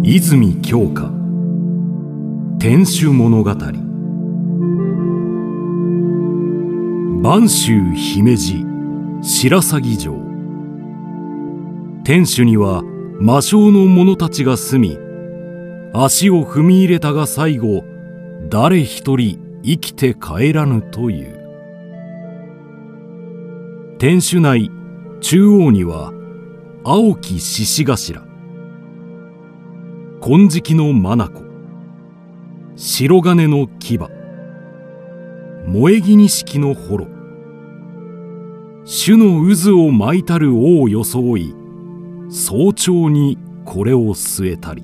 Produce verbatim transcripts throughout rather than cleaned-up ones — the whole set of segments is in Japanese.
泉鏡花天守物語。播州姫路白鷺城。天守には魔性の者たちが住み、足を踏み入れたが最後誰一人生きて帰らぬという。天守内中央には青き獅子頭、金色の眼、白金の牙、萌木錦の幌、種の渦を巻いたる尾を装い、早朝にこれを据えたり。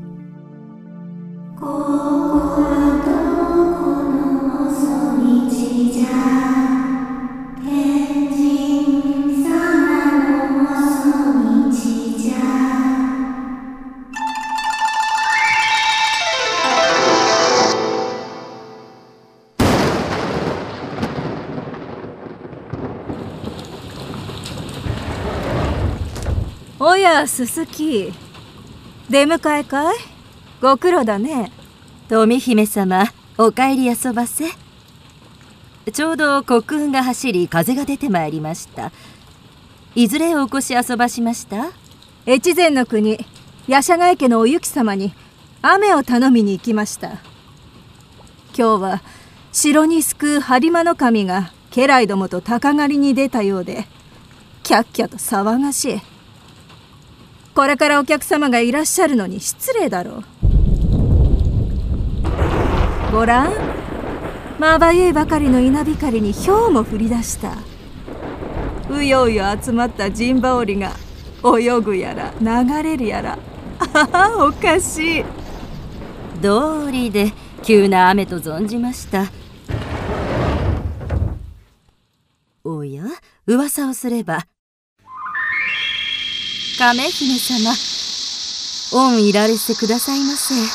おや、すすき、出迎えかい？ご苦労だね。 富姫様、お帰りあそばせ。ちょうど黒雲が走り風が出てまいりました。いずれお越しあそばしました？ 越前の国夜叉ヶ池のお雪様に雨を頼みに行きました。今日は城に救う播磨守が家来どもと鷹狩りに出たようで、キャッキャと騒がしい。これからお客様がいらっしゃるのに失礼だろう。ごらん、まばゆいばかりの稲光に雹も降り出した。うようよ集まった陣羽織が泳ぐやら流れるやら、ああおかしい。 道理で急な雨と存じました。おや、噂をすれば亀姫様、御いられてくださいませ。まあ、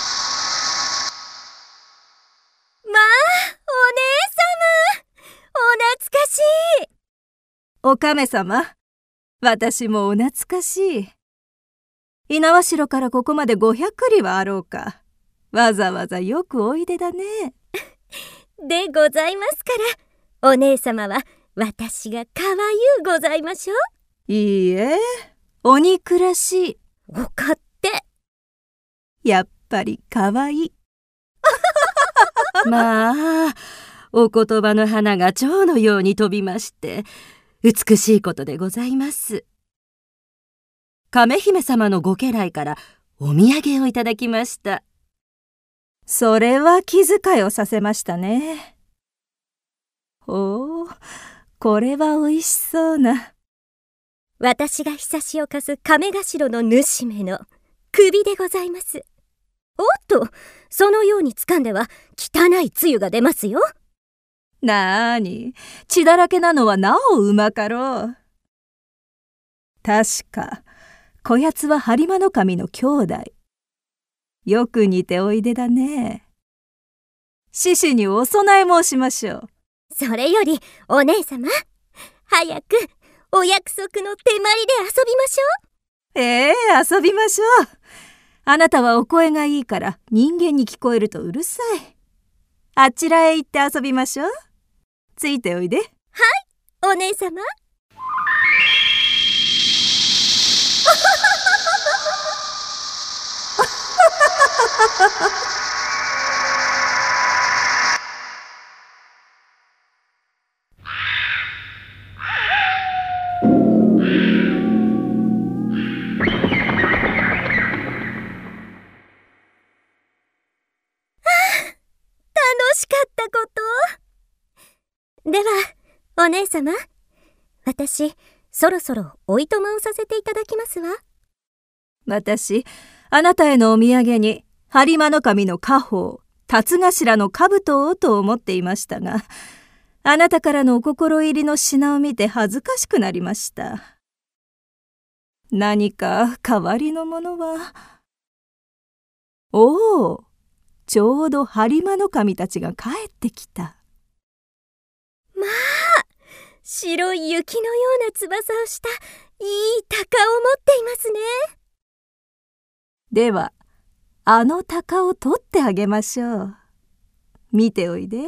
お姉様、お懐かしい。 お亀様、私もお懐かしい。猪苗代からここまでごひゃく里はあろうか。わざわざよくおいでだね。 でございますから、お姉様は私がかわゆうございましょう。 いいえ、お憎らしい。 おかって。 やっぱりかわいい。 まあ、お言葉の花が蝶のように飛びまして美しいことでございます。亀姫様のご家来からお土産をいただきました。 それは気遣いをさせましたね。おお、これはおいしそうな。 私がひさしを貸す亀頭の主めの首でございます。おっと、そのように掴んでは汚いつゆが出ますよ。 なーに、血だらけなのはなおうまかろう。確かこやつは播磨守の兄弟。よく似ておいでだね。獅子にお供え申しましょう。 それよりお姉様、早くお約束の手まりで遊びましょう。ええー、遊びましょう。あなたはお声がいいから人間に聞こえるとうるさい。あちらへ行って遊びましょう。ついておいで。はい、 お姉様。では、お姉様、私、そろそろおいとまをさせていただきますわ。 私、あなたへのお土産に、播磨守の家宝、龍頭の兜をと思っていましたが、あなたからのお心入りの品を見て恥ずかしくなりました。何か代わりのものは。おお、ちょうど播磨守たちが帰ってきた。 まあ、白い雪のような翼をしたいい鷹を持っていますね。 では、 あの鷹を取ってあげましょう。見ておいで。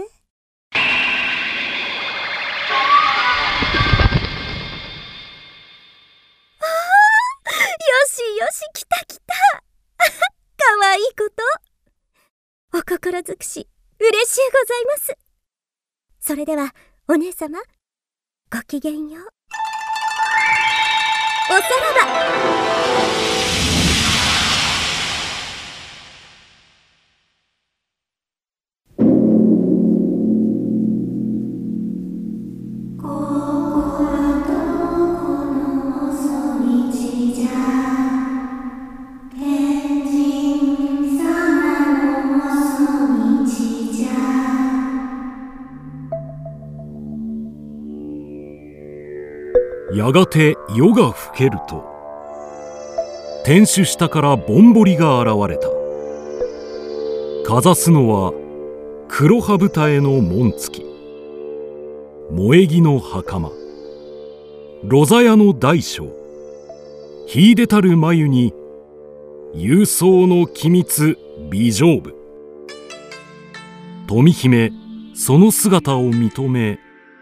よしよし、来た来た。かわいいこと。お心尽くし、嬉しゅうございます。それでは、お姉様、ごきげんよう。おさらば。 やがて夜が更けると、天守下からぼんぼりが現れた。かざすのは黒羽二重の紋付き、萌木の袴、ロザ屋の大将、秀でたる眉に勇壮の機密美丈夫。富姫その姿を認め、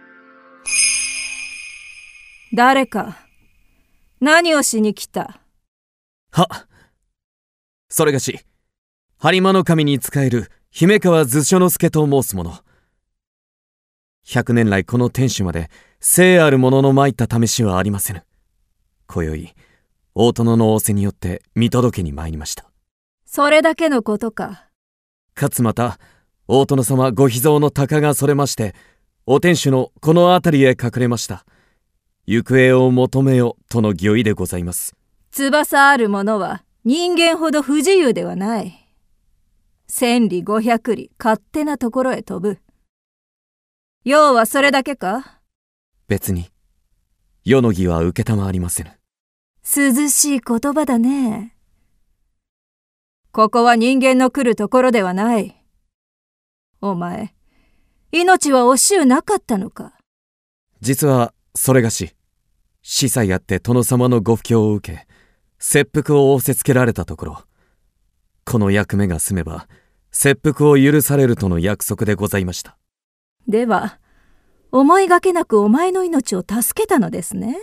誰か、何をしに来た？ は、それがし、播磨守に仕える姫川図書之助と申す者。百年来この天守まで聖ある者の参った試しはありませぬ。今宵、大殿の仰せによって見届けに参りました。 それだけのことか。 かつまた、大殿様ご秘蔵の鷹がそれまして、お天守のこの辺りへ隠れました。行方を求めよとの御意でございます。 翼ある者は人間ほど不自由ではない。千里五百里勝手なところへ飛ぶ。要はそれだけか？ 別に世の儀は承りませぬ。 涼しい言葉だね。ここは人間の来るところではない。お前、命は惜しゅうなかったのか？ 実はそれがし、司祭あって殿様のご不興を受け、切腹を仰せつけられたところ、この役目が済めば切腹を許されるとの約束でございました。 では、思いがけなくお前の命を助けたのですね。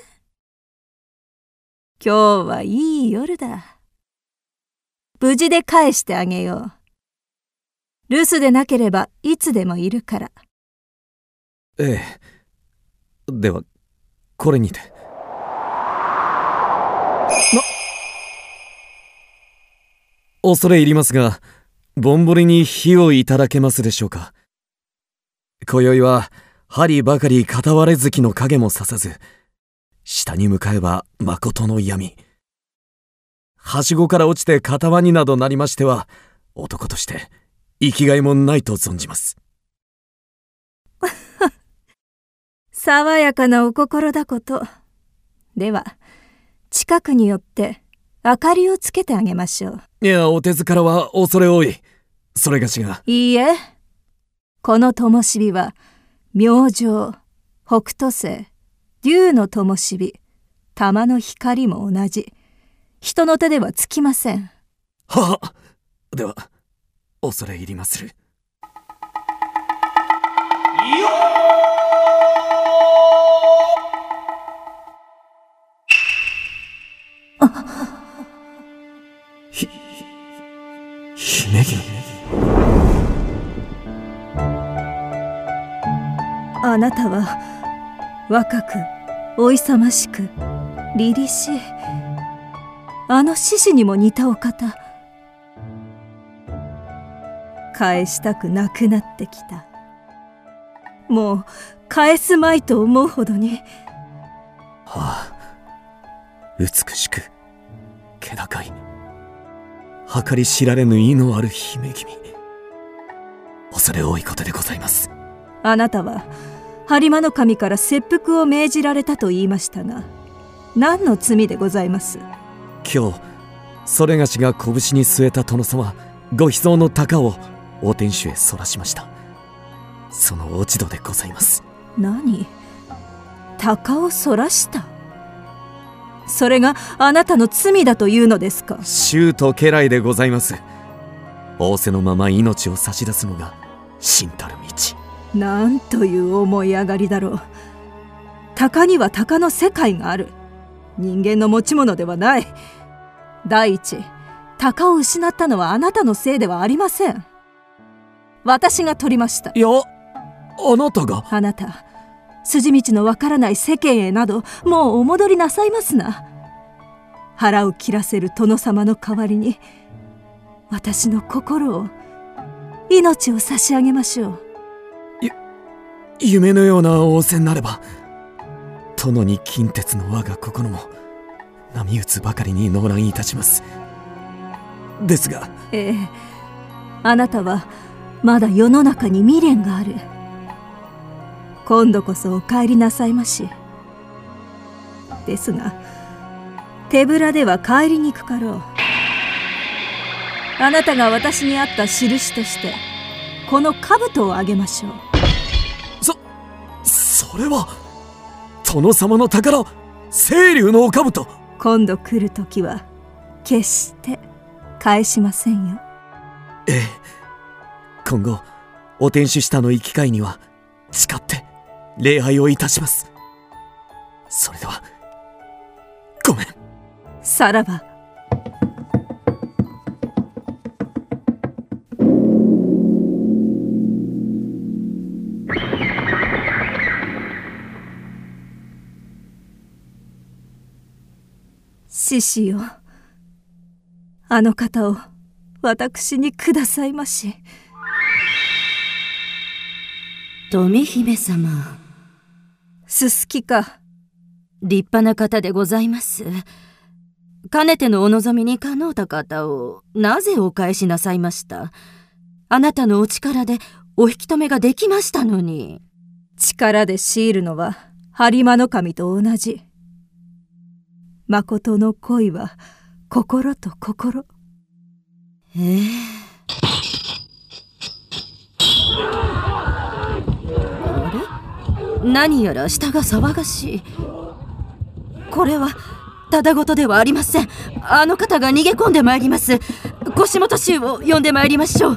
今日はいい夜だ。無事で返してあげよう。留守でなければいつでもいるから。 ええ。では、これにて。な、恐れ入りますが、ぼんぼりに火をいただけますでしょうか。今宵は針ばかり片割れ月の影もささず、下に向かえば誠の闇。はしごから落ちて片輪になどなりましては、男として生きがいもないと存じます。 爽やかなお心だこと。では、近くに寄って明かりをつけてあげましょう。 いや、お手柄は恐れ多い。それがしが。 いいえ、この灯火は明星、北斗星、竜の灯火、玉の光も同じ。人の手ではつきません。 はは。では、恐れ入りまする。よひ、姫君。 あなたは若くお勇ましく凛々しい、あの獅子にも似たお方。返したくなくなってきた。もう返すまいと思うほどに。 はあ、美しく気高い、計り知られぬ意のある姫君。恐れ多いことでございます。 あなたは播磨守から切腹を命じられたと言いましたが、何の罪でございます？ 今日それがしが拳に据えた殿様ご秘蔵の鷹を大天守へそらしました。その落ち度でございます。 何？鷹をそらした？それがあなたの罪だというのですか？ 衆と家来でございます。 仰せのまま命を差し出すのが真たる道。 なんという思い上がりだろう。鷹には鷹の世界がある。人間の持ち物ではない。第一、鷹を失ったのはあなたのせいではありません。私が取りました。 いや、あなたが。 あなた、筋道のわからない世間へなどもうお戻りなさいますな。腹を切らせる殿様の代わりに私の心を、命を差し上げましょう。 夢のような仰せになれば、殿に近鉄の我が心も波打つばかりに濃乱いたします。ですが。 ええ、あなたはまだ世の中に未練がある。今度こそお帰りなさいまし。ですが手ぶらでは帰りにくかろう。あなたが私にあった印としてこの兜をあげましょう。 そそれは殿様の宝、青龍のお兜。 今度来るときは決して返しませんよ。 ええ、今後お天守下の行き交いには誓って礼拝をいたします。それではごめん。 さらば。獅子よ、あの方を私にくださいまし。 富姫様。 すすきか。 立派な方でございます。かねてのお望みにかのうた方をなぜお返しなさいました？あなたのお力でお引き止めができましたのに。 力で強いるのは播磨守と同じ。誠の恋は心と心。 ええ。あれ？何やら下が騒がしい。これはただごとではありません。あの方が逃げ込んでまいります。腰元衆を呼んでまいりましょう。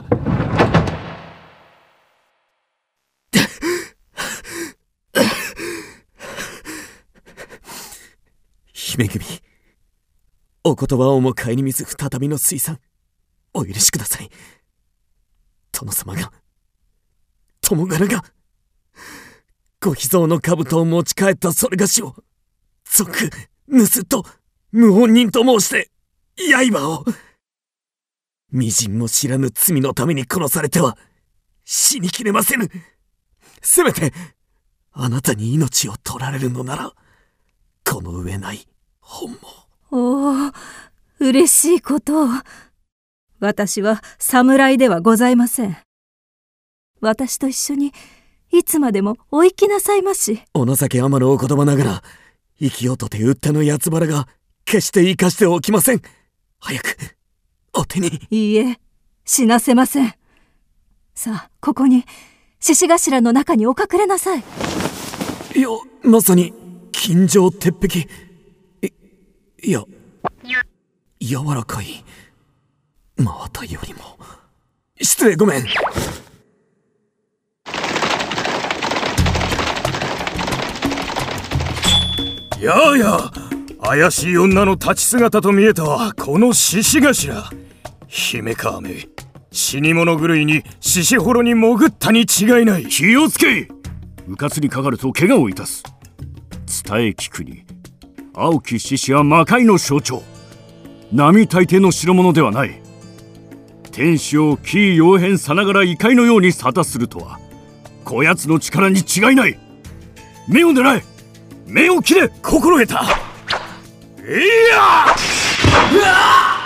姫君、お言葉をも顧みず再びの推算、お許しください。殿様が、友柄が、ご秘蔵の兜を持ち帰ったそれがしを、賊、盗人、謀反人と申して、刃を、微塵も知らぬ罪のために殺されては、死にきれませぬ。せめて、あなたに命を取られるのなら、この上ない、本も。 おお、嬉しいことを。私は侍ではございません。私と一緒にいつまでもお行きなさいまし。 お情け余るお言葉ながら、息をとて打ったの八つ腹が決して生かしておきません。早くお手に。 いいえ、死なせません。さあ、ここに獅子頭の中にお隠れなさい。 いや、まさに金城鉄壁。いや、柔らかい真綿よりも。失礼、ごめん。 やあやあ、怪しい女の立ち姿と見えたわ。この獅子頭、姫かめ、死に物狂いに獅子幌に潜ったに違いない。 気をつけ。うかつにかかると怪我をいたす。伝え聞くに、青き獅子は魔界の象徴、並大抵の代物ではない。天使を奇異妖変さながら異界のように沙汰するとは、こやつの力に違いない。目を狙え、目を切れ。 心得た。いやうわ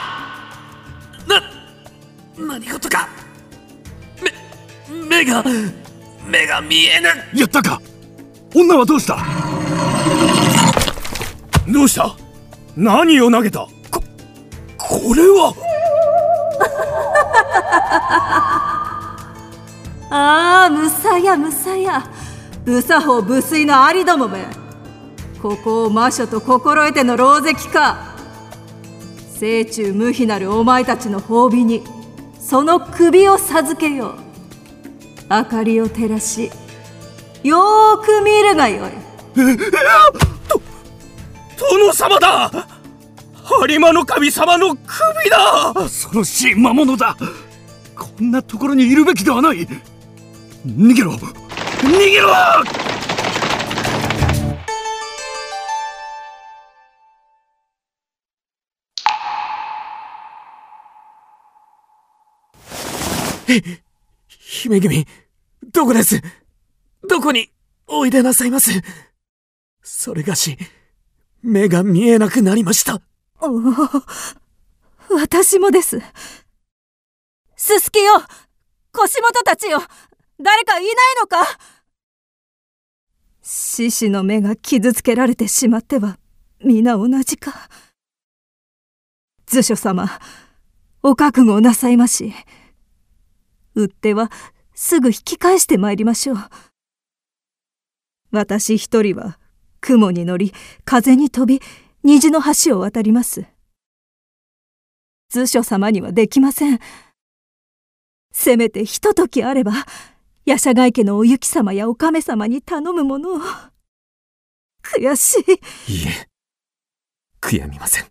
な何事か。目目が目が見えぬ。 やったか。女はどうした。 どうした。何を投げた。ここれは。 ああ、むさやむさや、無作法無粋のありどもめ。ここを魔女と心得ての狼藉か。聖中無比なるお前たちの褒美にその首を授けよう。明かりを照らし、よーく見るがよい。 と殿様だ。播磨の神様の首だ。 恐ろしい魔物だ。こんなところにいるべきではない。逃げろ逃げろ。 姫君、どこです？どこにおいでなさいます？それがし、目が見えなくなりました。 おお、私もです。すすきよ、腰元たちよ、誰かいないのか？獅子の目が傷つけられてしまっては皆同じか。図書様、お覚悟なさいまし。売ってはすぐ引き返してまいりましょう。私一人は雲に乗り、風に飛び、虹の橋を渡ります。図書様にはできません。せめてひとときあれば、夜叉ヶ池のお雪様やお亀様に頼むものを。悔しい。 いいえ、悔やみません。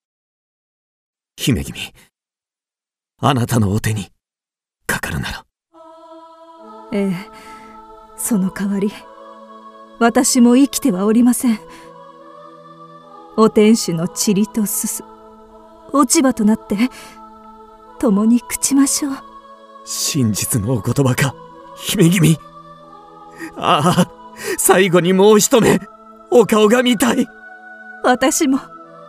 姫君、あなたのお手にかかるなら。 ええ、その代わり私も生きてはおりません。お天守の塵とすす、落ち葉となって共に朽ちましょう。 真実のお言葉か、姫君。ああ、最後にもう一目お顔が見たい。 私も。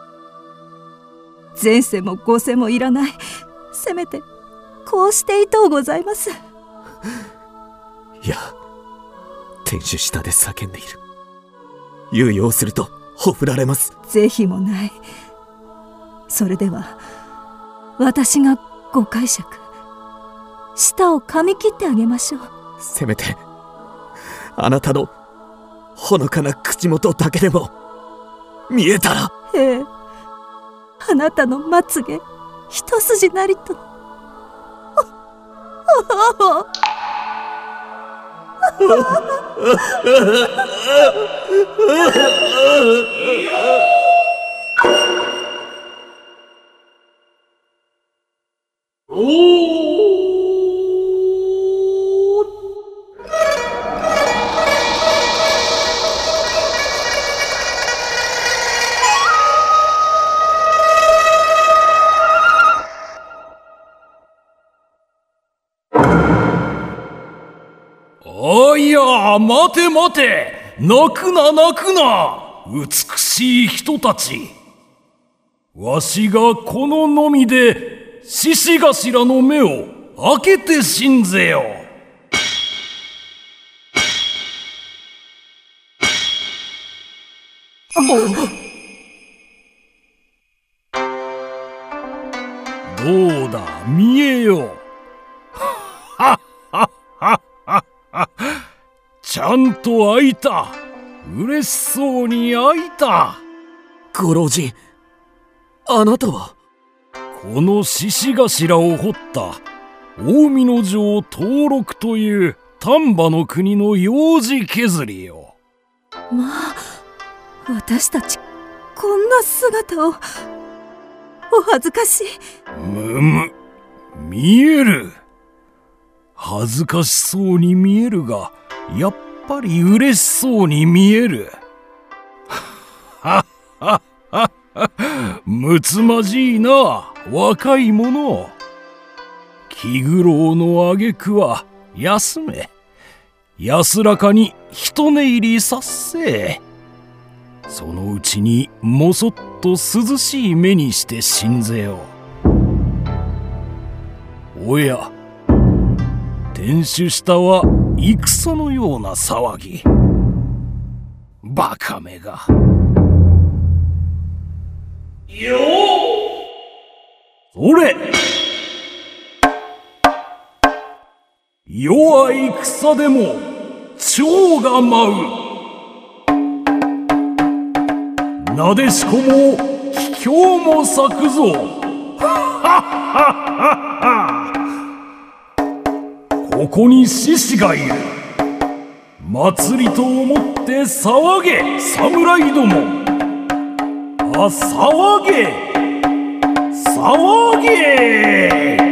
前世も後世もいらない。せめてこうしていとうございます。 いや、天守下で叫んでいる。猶予をするとほふられます。 是非もない。それでは私がご解釈、舌を噛み切ってあげましょう。 せめてあなたのほのかな口元だけでも見えたら。 ええ、あなたのまつげ一筋なりと。 あいや、待て待て、泣くな泣くな、美しい人たち。わしがこののみで獅子頭の目を開けて信ぜよ。どうだ、見えよ。はっはっはっはっは。ちゃんと開いた。嬉しそうに開いた。 ご老人、あなたは？ この獅子頭を彫った近江城登録という丹波の国の幼児削りよ。 まあ、私たちこんな姿を。お恥ずかしい。 むむ、見える。恥ずかしそうに見えるが、やっぱり嬉しそうに見える。はっはっはっは。むつまじいな、若い者。気苦労の挙句は休め。安らかに一寝入りさっせ。そのうちにもそっと涼しい目にして信ぜよう。おや、天守下は戦のような騒ぎ。バカめが。よっ、それ。弱い戦でも蝶が舞う。なでしこも桔梗も咲くぞ。はっはっはっは。 ここに獅子がいる。祭りと思って騒げ、侍ども。あ、騒げ、騒げ。